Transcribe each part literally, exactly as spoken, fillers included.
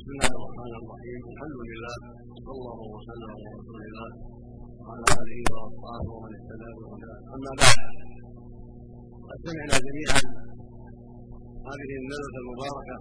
بسم الله الرحمن الرحيم. الحمد لله صلى الله وسلم على رسول الله وعلى اله واصحابه ومن اهتدى بهداه. اما بعد، قد سمعنا جميعا هذه الندوه المباركه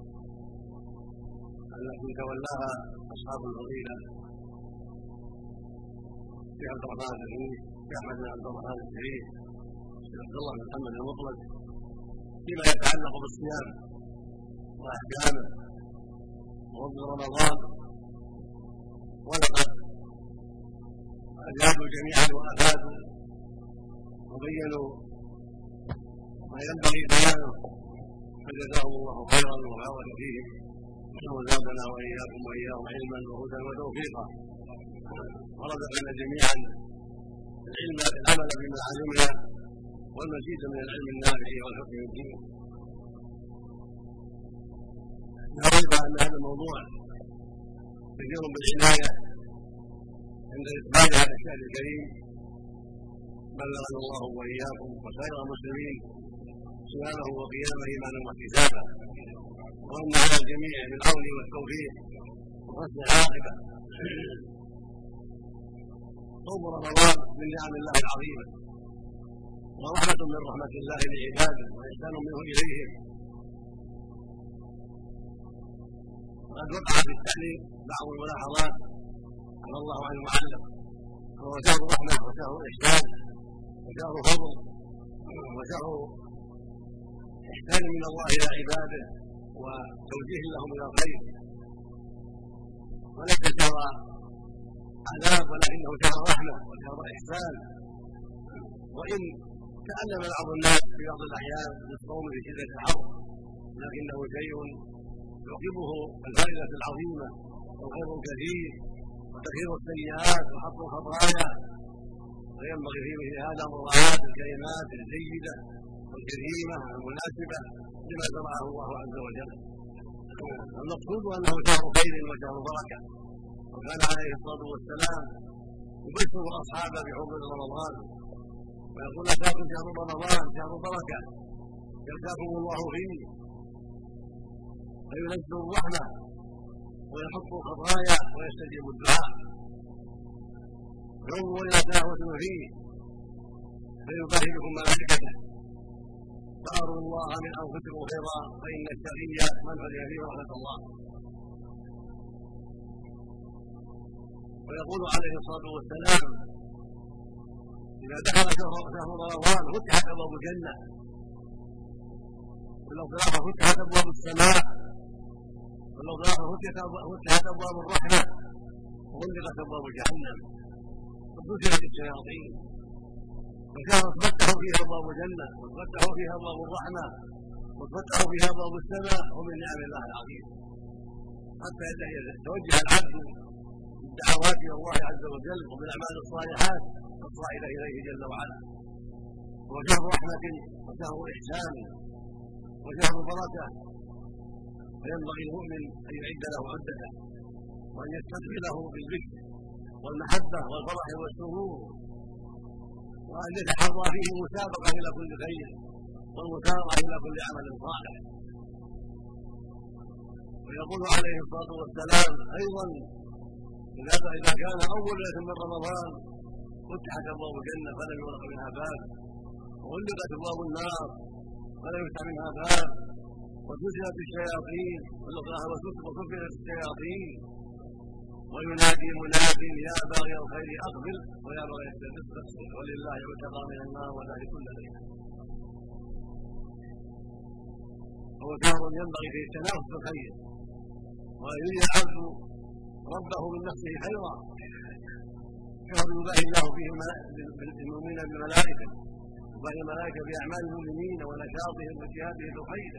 التي تولاها اصحاب الفضيله في عبد الرحمن الشريف، في احمد بن عبد الرحمن الشريف، في عبد الله بن محمد المطلق، فيما يتعلق بالصيام واحكامه وفضل رمضان. ولقد اجابوا جميعا وافادوا وبينوا ما ينبغي بيانه، فجزاهم الله خيرا وبارك فيهم وزادنا واياكم واياهم علما وهدى وتوفيقا، ورزقنا جميعا العلم العمل بما علمنا والمزيد من العلم النافع والحكم الدين. لا ريب ان هذا الموضوع كثير بالعنايه عند اقبال هذا الشهر الكريم. بلغنا الله واياكم وسائر المسلمين صيامه وقيامه ايمانا واحتسابا، وان على الجميع بالعون والتوفيق وحسن العاقبه. صوم رمضان من نعم الله العظيمه ورحمه من رحمه الله لعباده واحسان منه اليهم. وقد وقع في التعليم بعض الملاحظات قال الله عن المعلم وهو شهر رحمه وشهر احسان وشهر فضل وشهر احسان من الله الى عباده وتوجيه لهم الى الخير، وليس شهر عذاب ولكنه شهر رحمه وشهر احسان. وان تألم بعض الناس في بعض الاحيان بالصوم في شده الحر، لكنه شيء يعقبه الفائده العظيمه والخير الكثير وتكفير السيئات وحط الخطايا، وينبغي في مثل هذا مراعاه الكلمات الجيده والكريمه المناسبه لما شرعه الله عز وجل. المقصود انه شهر خير وشهر بركه، وكان عليه الصلاه والسلام يبشر اصحابه بحضور رمضان ويقول اتاكم شهر رمضان شهر بركه يلقاكم الله فيه فينزل الرحمه ويحط الخطايا ويستجيب الدعاء، ينظر الى شهوه فيه فيباهلكم ملائكته فاروا الله من انفسكم خيرا فان الشقي من فرح فيه رحمه الله. ويقول عليه الصلاه والسلام اذا دخل شهر رمضان فتحت ابواب الجنه، ولو طلعها فتحت ابواب السماء، ولو طلعها فتحت ابواب الرحمه وغلقت ابواب جهنم وفتحت الشياطين. وشهر تفتح فيها ابواب الجنه وتفتح فيها ابواب الرحمه وتفتح فيها ابواب السماء ومن نعم الله العظيم، حتى يتوجه العبد بالدعوات الى الله عز وجل وبالاعمال الصالحات الصاعده اليه جل وعلا. هو شهر رحمه وشهر احسان وشهر بركه، فينبغي المؤمن ان يعد له عدته وان يستقبله بالذكر والمحبه والفرح والسرور، وان يتحرى فيه المسابقه الى كل خير والمسارعه الى كل عمل صالح. ويقول عليه الصلاه والسلام ايضا اذا كان اول ليله من رمضان فتحت ابواب الجنه فلم يغلق منها باب، وغلقت ابواب النار فلم يفتح منها باب، وسلسلت الشياطين وسلسلت الشياطين، وينادي مناد يا باغي الخير اقبل ويا باغي الشر استقبل، ولله يعتقى من النار وذلك كل ليله. هو شهر ينبغي فيه التنافس في الخير وان يريد العبد ربه من نفسه خيرا، شهر يباهي الله فيه المؤمنين بالملائكه، يباهي الملائكه باعمال المؤمنين ونشاطهم واجتهادهم في الخير.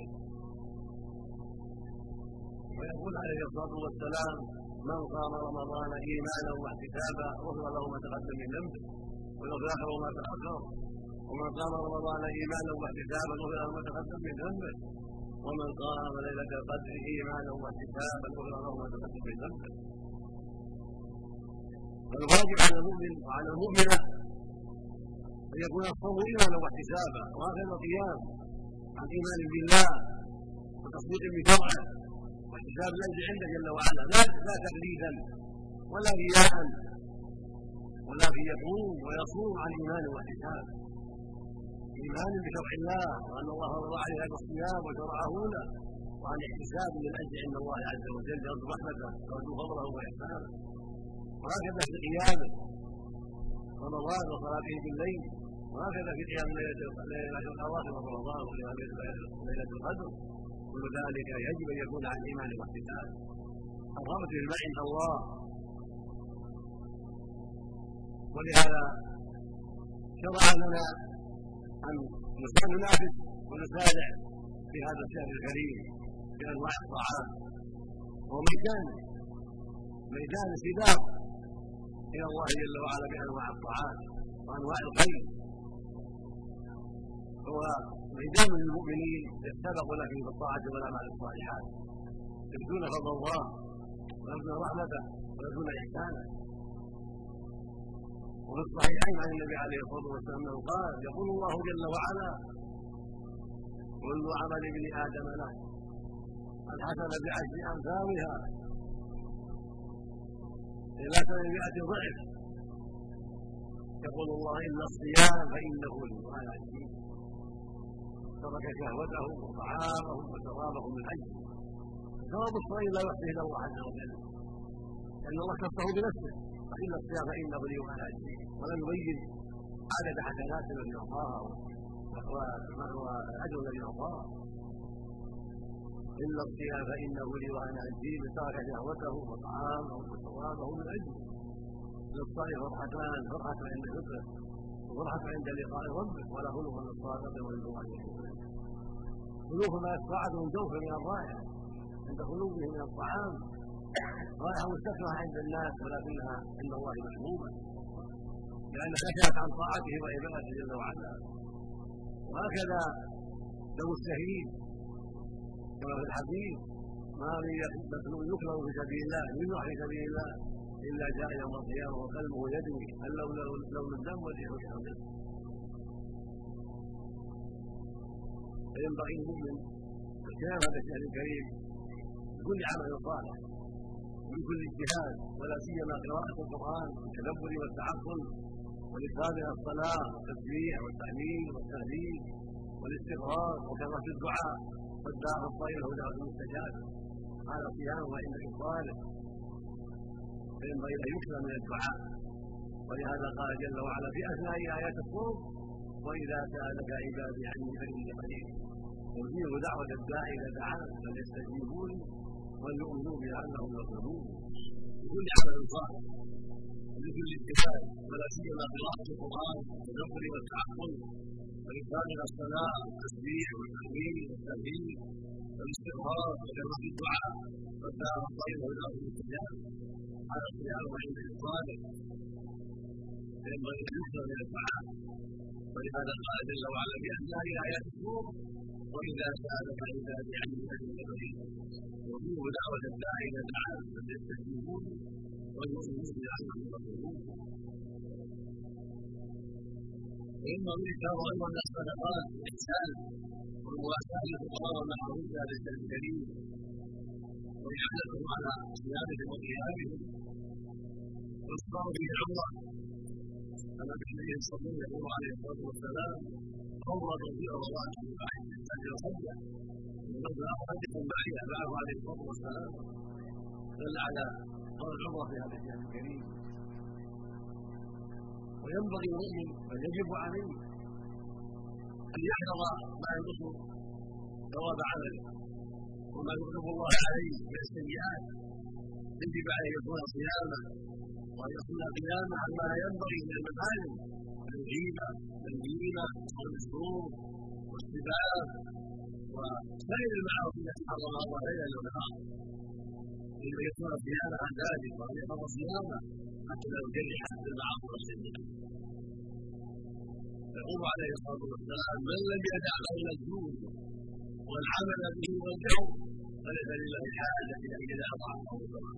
ويقول عليه الصلاه والسلام من قام رمضان ايمانا واحتسابا غفر له ما تقدم من ذنبه ويغفر له ما تاخر، ومن قام رمضان ايمانا واحتسابا غفر له ما تقدم من ذنبه، ومن قام ليله القدر ايمانا واحتسابا غفر له ما تقدم من ذنبه. فالواجب على المؤمن وعلى المؤمنه ان يكون الصوم ايمانا واحتسابا واخر القيام عن ايمان بالله وتصديق بشرعه واحتساب الاجر عنده جل وعلا، لا لا تقليدا ولا رياء، ولكن يقوم ويصوم عن ايمان واحتساب، ايمان بشرع الله وان الله فرض عليه هذا الصيام وشرعه له، وعن احتساب للاجر عند الله عز وجل يرجو رحمته ويرجو فضله واحسانه. وهكذا في قيامه رمضان وصلاته بالليل، وهكذا في قيام ليله الاواخر من رمضان وقيام ليله القدر، كل ذلك يجب ان يكون عن ايمان واحتساب. الرغبه في الماء عند الله، ولهذا شرع لنا ان ننافس ونسارع في هذا الشهر الكريم بانواع الطاعات، وهو ميدان ميدان سباق الى الله جل وعلا بانواع الطاعات وانواع الخير، هو ميدان للمؤمنين يتسابق لكن بالطاعه والاعمال الصالحات، يرجون فضل الله ويرجون رحمته ويرجون احسانه. وفي الصحيحين عن النبي عليه الصلاه والسلام انه قال: يقول الله جل وعلا: كل عمل ابن ادم له، الحسنه بعشر امثالها الى سبعمائة ضعف. يقول الله: الا الصيام فانه لي وانا اجزيه. ترك شهوته وطعامه وشرابه من اجله. ثواب الصائم لا يحصيه الا الله عز وجل، لان الله خصه بنفسه: فإلا الصيام فإنه لي وأنا أجزيه. ولم يبين عدد حسنات الذي أعطاها والأجر الذي أعطاها. إلا الصيام فإنه لي وأنا أجزيه، ترك شهوته وطعامه وشرابه من أجله. للصائم فرحتان: فرحة عند فطره وفرحة عند لقاء ربه، ولا خلق من الصادق ومن الله. خلوف ما يستطاعه من جوفه من الرائحة عند خلوفه من الطعام، رائحة مستكرهة عند الناس ولكنها عند الله محبوبة، لأنها نشأت عن طاعته وعبادته جل وعلا. وهكذا دم الشهيد كما في الحديث: ما من مخلوق يكره في سبيل الله يذبح في سبيل الله إلا جاء يوم القيامة وقلبه يدوي هل لون الدم والريح الحمد. فينبغي المؤمن اغتنام هذا الشهر الكريم بكل عمل صالح وبكل اجتهاد، ولا سيما قراءة القرآن والتدبر والتعقل والإكثار من الصلاة والتسبيح والتحميد والتهليل والاستغفار وكثرة الدعاء والدعاء الطيب له دعوة مستجابة. هذا صيام وإن إفطاره، فينبغي أن يكثر من الدعاء. ولهذا قال جل وعلا في أثناء آيات الصوم: وإذا سألك عبادي عني فإني قريب أجيب دعوة الداعي إذا دعان فليستجيبوا لي وليؤمنوا بي لعلهم يرشدون. بكل عمل صالح وبكل اجتهاد، ولا سيما قراءة القرآن والتدبر والتعقل والإكثار من الصلاة والتسبيح والتحميد والتهليل والاستغفار وكثرة الدعاء والدعاء الطيب والدعوة المستجابة. هذا الصيام عند إفطاره، فينبغي أن يكثر من الدعاء. ولهذا قال جل وعلا في أثناء آيات الصوم: وإذا سألك عبادي عني فإني قريب أجيب دعوة الداعي إذا دعان فليستجيبوا لي وليؤمنوا بي لعلهم يرشدون. وينبغي إكثار أيضا من الصدقات والإحسان والمواساة للفقراء والمحرومين في هذا الشهر الكريم، وإعانتهم على صيامهم وقيامهم، والإصرار به العمرة كما في النبي صلى الله عليه وسلم عليه الصلاة والسلام: عمرة في رمضان أجر حجة ومن أخرجكم معها معه عليه الصلاة والسلام. دل على فضل العمرة في هذا الشهر الكريم. وينبغي المؤمن بل يجب عليه أن يحذر ما ينقص ثواب عمله وما يغضب الله عليه من السيئات، يجب عليه ان يكون صياما وان يكون قياما عما لا ينبغي من المحارم الغيبه والنميمه والسرور والسباب وسائر المعاصي التي حرمها الله ليلا ونهارا، يجب ان يكون صياما عن ذلك وان يحفظ صيامه حتى لا يجرح المعاصي والسيئات. يقول عليه الصلاه والسلام: من لم يدع قول الزور والعمل به والجهل فليس لله حاجه الى ان يدع طعامه وشرابه.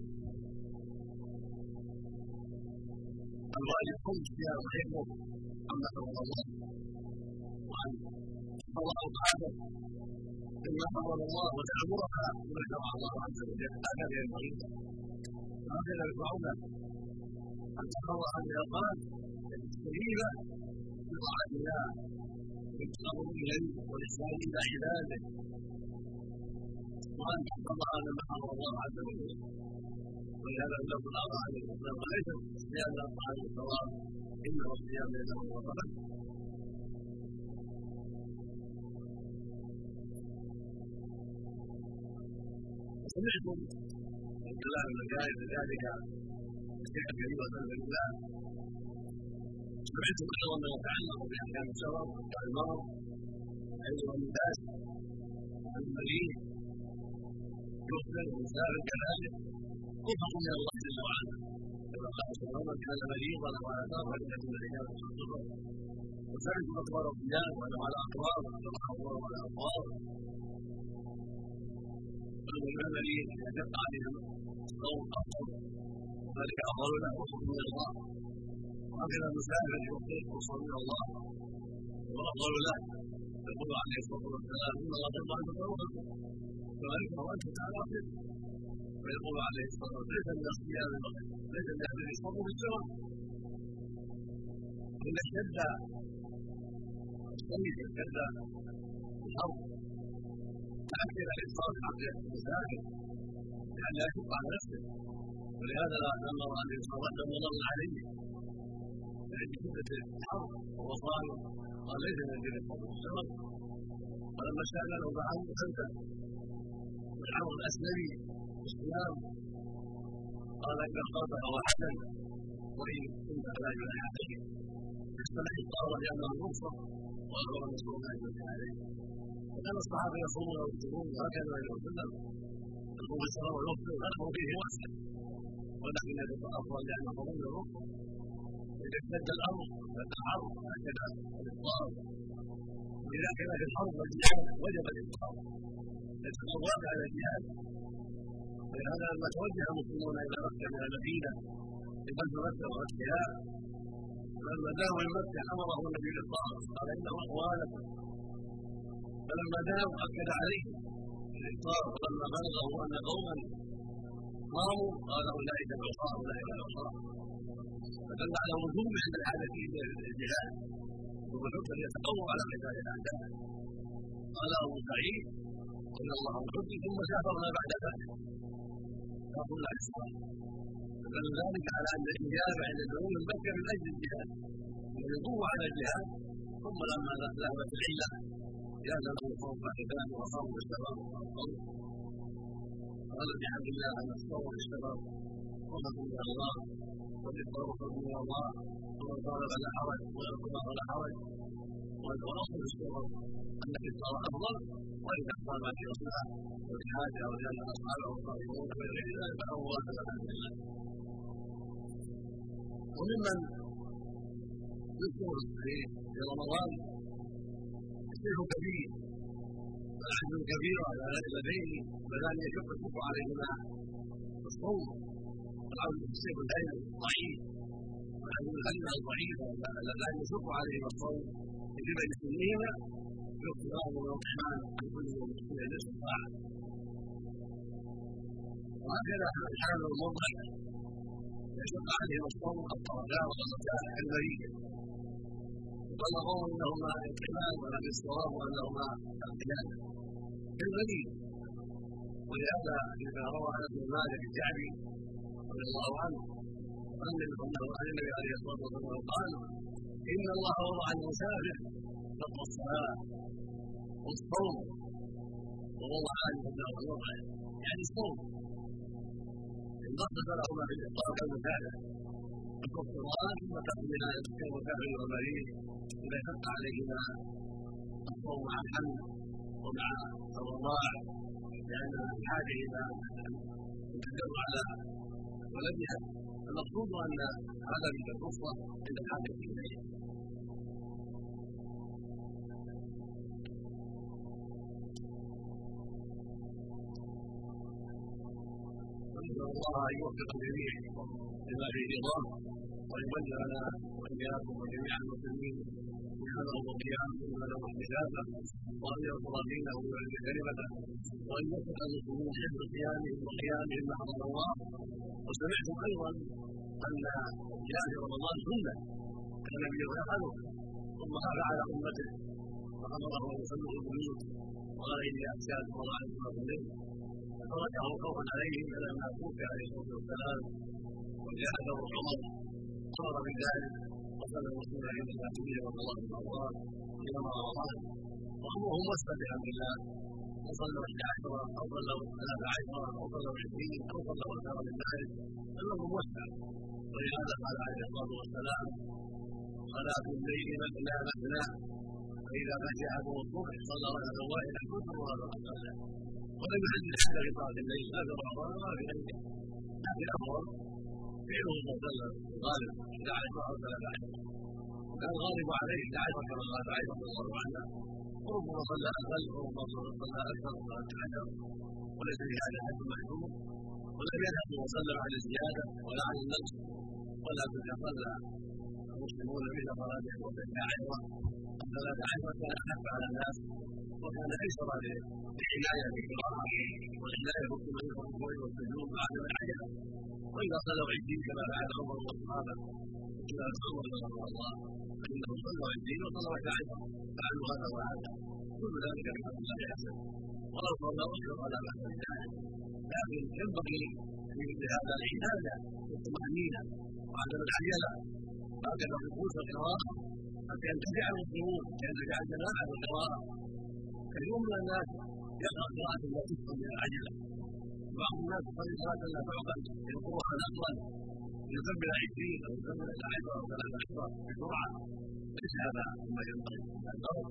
الواجب خمس صيام وحفظه عما حرم الله وعن قضاء القادر مما حرم الله وتعمرها بما شرع الله عز وجل. هكذا ينبغي هكذا يشرعون ان تحرر الاوقات الطويله بطاعه الله والتقرب اليه والاحسان الى عباده وان تحرر ما حرم الله عز وجل. ولهذا لم تكن الاعضاء عليه الاسلام وليست صيام الطعام والشراب انما الصيام ليله وفقط. سمعتم الكلام الجائز ذلك شيئا كثيرا لله. سمعتم كثيرا ما يتعلق باحكام السفر والمرض ايضا الناس المريض يغسل ويسافر كذلك رفق من الله جل وعلا كما قال صلى الله عليه وسلم كان مريضا وعلى سفر فإن الرجال تصدقه وسمعت اخبار الرجال ولو على اقرار ولو على اقرار والمريض يشق عليهم الصوم افضل وذلك افضل له وفضل من الله. وهكذا المسافر يفطر وصوم من الله وافضل له يقول عليه الصلاه والسلام ان الله يرضى عن تطوعكم فذلك هو انت تعالى افطر. ويقول عليه الصلاه والسلام ليس من الصيام ليس من اهل الصوم بالسوى اذا اشتد الصيف اشتد الحر فاكثر الافطار حق المسافر لان لا يشق على نفسه. ولهذا امر عليه الصلاه والسلام ومر عليه لأجل شدة الحر وهو صائم قال ليس من اجل الصوم بالسوى. فلما ساله بعض خمسه والعمر الاسلمي الصيام قال ان اخترت فهو حسن وان كنت فلا جناح عليك يصطلح الطهر لانه رخصه وغير مسؤول عن جناح عليه. وكان الصحابه يصومون ويفطرون وهكذا النبي صلى الله عليه وسلم يصوم السفر ويفطر غيره فيه واسع ولكن يتطهر لانه فضل الرخصه. اذا اشتد الامر اشتد الحر هكذا الافطار. واذا كان في الحرب والجهاد وجب الافطار ليس الواقع على الجهاد. ولهذا لما توجه المسلمون الى مكه من المدينه لقتل مكه وغزوها فلما داووا من مكه امره النبي بالافطار قال انه اخوانكم. فلما داووا اكد عليهم الافطار ولما بلغه ان قوما قاموا قال اولئك العصاه اولئك العصاه فدل على وجوب عند الحاجه الى الجهاد وبالحكم ان يتقوى على قتال الاعداء. قال ابو سعيد ان الله الحج ثم سافرنا بعد ذلك فقل عليه الصلاه فدل ذلك على ان الاجابه عند دخول مكه من اجل الجهاد ويقوم على الجهاد. ثم لما ذهبت العله جاز له صوم العباد وصوم الشباب والصوم. قال بحمد الله ان الصوم والشباب رحمه من الله والافطار رحمه من الله ومن قال فلا حرج ويقول فلا حرج. والاصل في الصوم ان الافطار افضل وان تحصل ما في اصلها والحاجه او لان اصحابه صائمون وغير ذلك فهو واجب الحمد لله. وممن يذكر في رمضان الشيخ كبير والعجز كبير على اللذين فلان يشق الشق عليهما الصوم والعبد الشيخ الهيئ ضعيف والعبد الهيئ ضعيف اللذان يشق عليهما الصوم لكبر سنهما باقتراب ويطعمان عن كل مسكين نصف ساعه. وهكذا الحال المرضع يشق عليهم الصوم الطرفاء والرجاء كالبريه وقال قوم انهما يطعمان ولكن الصواب انهما القيام كالبريه. ولهذا اذا روى انس بن مالك الشعبي رضي الله عنه ان النبي عليه الصلاه والسلام قال ان الله وضع المسافر فضل الصلاه والصوم ووضع عنه الوضع يعني الصوم انضبط لهما في الافطار كالمسافر الصلاه ثم تقضيها كالمسافر والمريض اذا شق عليهما الصوم مع الحمل ومع الرضاع لان الحاجه الى ان تدل على ولدها. المقصود ان هذا من الرخصه عند الحاجه اليه. نسال الله ان يوفق الجميع لما فيه رضاه ويبلغنا واياكم وجميع المسلمين له قيام ثم له احتسابا وان ينصر دينه ويعلي كلمته وان يوفق المسلمين حفظ قيامهم وقيامهم مع الله. وسمعتم ايضا ان قيام رمضان سنه كان النبي يفعله ثم خاف على امته فامرهم ان يصلوا في البيوت وقال اني اخشى ان تمر عليكم الليل فتركه خوفا عليهم فلما توفي عليه الصلاه والسلام وجاء له عمر صار بذلك وصلى المسلمين عند النبي صلى الله عليه وسلم الى رمضان وامرهم وسع بامر الله وصلوا احدى عشره او صلوا ثلاث عشره او صلوا عشرين او صلوا اكثر من ذلك امرهم وسع. ولهذا قال عليه الصلاه والسلام صلاه الليل مثنى مثنى فاذا فجاه الصبح صلى ركعه واحده كفر وهذا قد ولم يحدد حتى في صلاه الليل لا في رمضان ولا في غيره لكن الافضل فعله صلى الله عليه وسلم الغالب احدى عشره او ثلاث عشر وكان الغالب عليه احدى عشره كما قال عائشه رضي الله عنها وربما صلى اقل وربما صلى اكثر من ثلاث عشر وليس في هذا حد محدود ولم يذهب وسلم عن الزياده ولا عن النقص ولا صلى المسلمون مثل صلاه احدى عشره او ثلاث عشر كان اخف على الناس وكان ايسر للعنايه بالقراءه والعنايه بالطلوع والركوع والسجود بعد العجله. واذا صلوا عشرين كما فعل عمر واصحابه كما عمر رضي الله فانهم صلوا عشرين وصلوا احدى عشر فعلوا هذا وهذا كل ذلك بحمد الله حسن ولو صلوا اكثر ولا باس بذلك. لكن ينبغي في مثل هذا العنايه والطمانينه وعدم العجله بعد الركوع والقراءه حتى ينتفع المسلمون ينتفع الجماعه بالقراءه. كثير من الناس يقرا قراءه لا تفهم من العجله بعض الناس يصلي صلاه لا تعقل يقرأها نقلا يكمل عشرين او يكمل عشره او ثلاث عشره بسرعه ليس هذا مما ينبغي الضرب.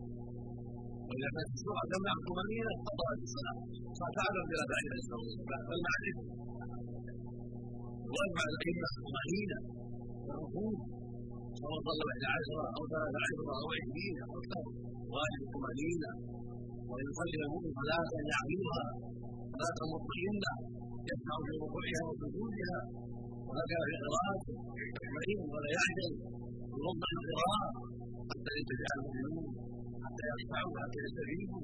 واذا كانت السرعه تمنع الطمانينه فضلت الصلاه فتعلم بلا فائده للصلاه بل مع الاثم. ويجمع الائمه الطمانينه والركوع سواء صلوا احدى عشره او ثلاث عشره او عشرين او اكثر واجب الطمانينه وان يصلي المؤمن صلاه يعقلها صلاه مطمئنه يسمع في ركوعها وسجودها وهكذا في قراءته يطمئن ولا يعجل ويوضح القراءه حتى ينتفع المؤمنون حتى يرفعوا حتى يستفيدوا.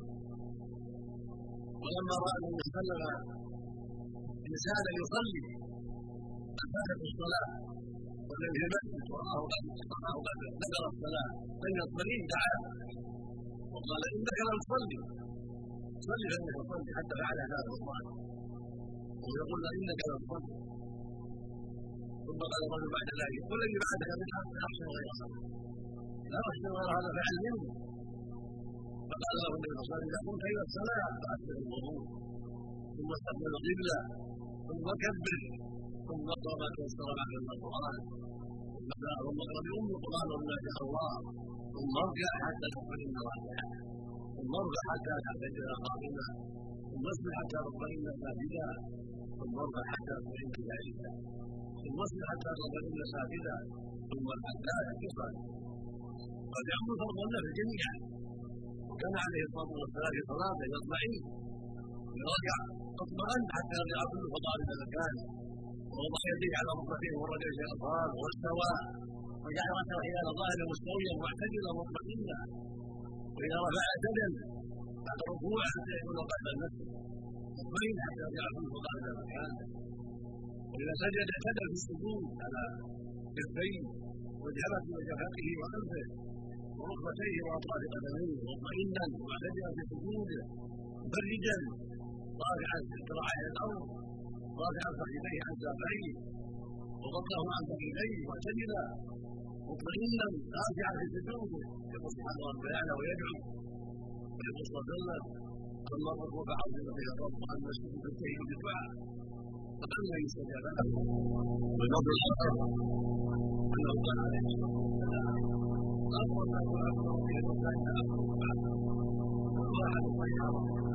ولما راى النبي صلى الله عليه وسلم انسانا يصلي فاتت الصلاه والذي في المسجد وراه قد ذكر الصلاه لم يطمئن تعالى وقال انك لم تصلي صلي فانك تصلي حتى فعل هذا الرضوان ويقول انك لم تصلي. ثم قال الرجل بعد ذلك قل اني بعدك من احسن غير هذا لا احسن غير هذا فعل منه. فقال له النبي صلى الله عليه وسلم اذا قمت الى الصلاه فاسبغ الوضوء ثم استقبل القبله ثم كبر ثم اقرا ما تيسر معك من القران ثم اقرا بام القران وما شاء الله ثم ارجع حتى تطمئن راكعا ثم ارجع حتى تعتدل قائما ثم اسجد حتى تطمئن ساجدا ثم ارجع حتى تطمئن جالسا ثم اسجد حتى تطمئن ساجدا ثم حتى تصل. قد يعمل فرض النفل جميعا وكان عليه الصلاه والسلام في صلاته يطمئن يرجع اطمئن حتى يرجع كل فضائل المكان ووضع يديه على ركبتيه ورجع الى الاطراف واستوى وجعل راسه الى ظاهر مستويا معتدلا مطمئنا. واذا رفع سجد بعد الركوع حتى يكون قبل المسجد مطمئن حتى يرجع كل فضائل المكان. واذا سجد اعتدل في السجود على كفيه وجهته وجبهته وانفه وركبتيه واطراف قدميه مطمئنا معتدلا في سجوده مفرجا رافعا ذراعيه الى الارض رافعا فخذيه عن ساقيه وغطاه عن فخذيه معتدلا مطمئنا راجعا في سجوده يقول سبحان ربي الاعلى ويدعو ويقول صلى الله عليه وسلم الله اكبر عظيم في الرب عن مسجد تنتهي بالدعاء فلما يستجاب له والنظر الاخر انه قال عليه الصلاه والسلام اقوى ما يقول في الله اكبر بعد الله على الطياره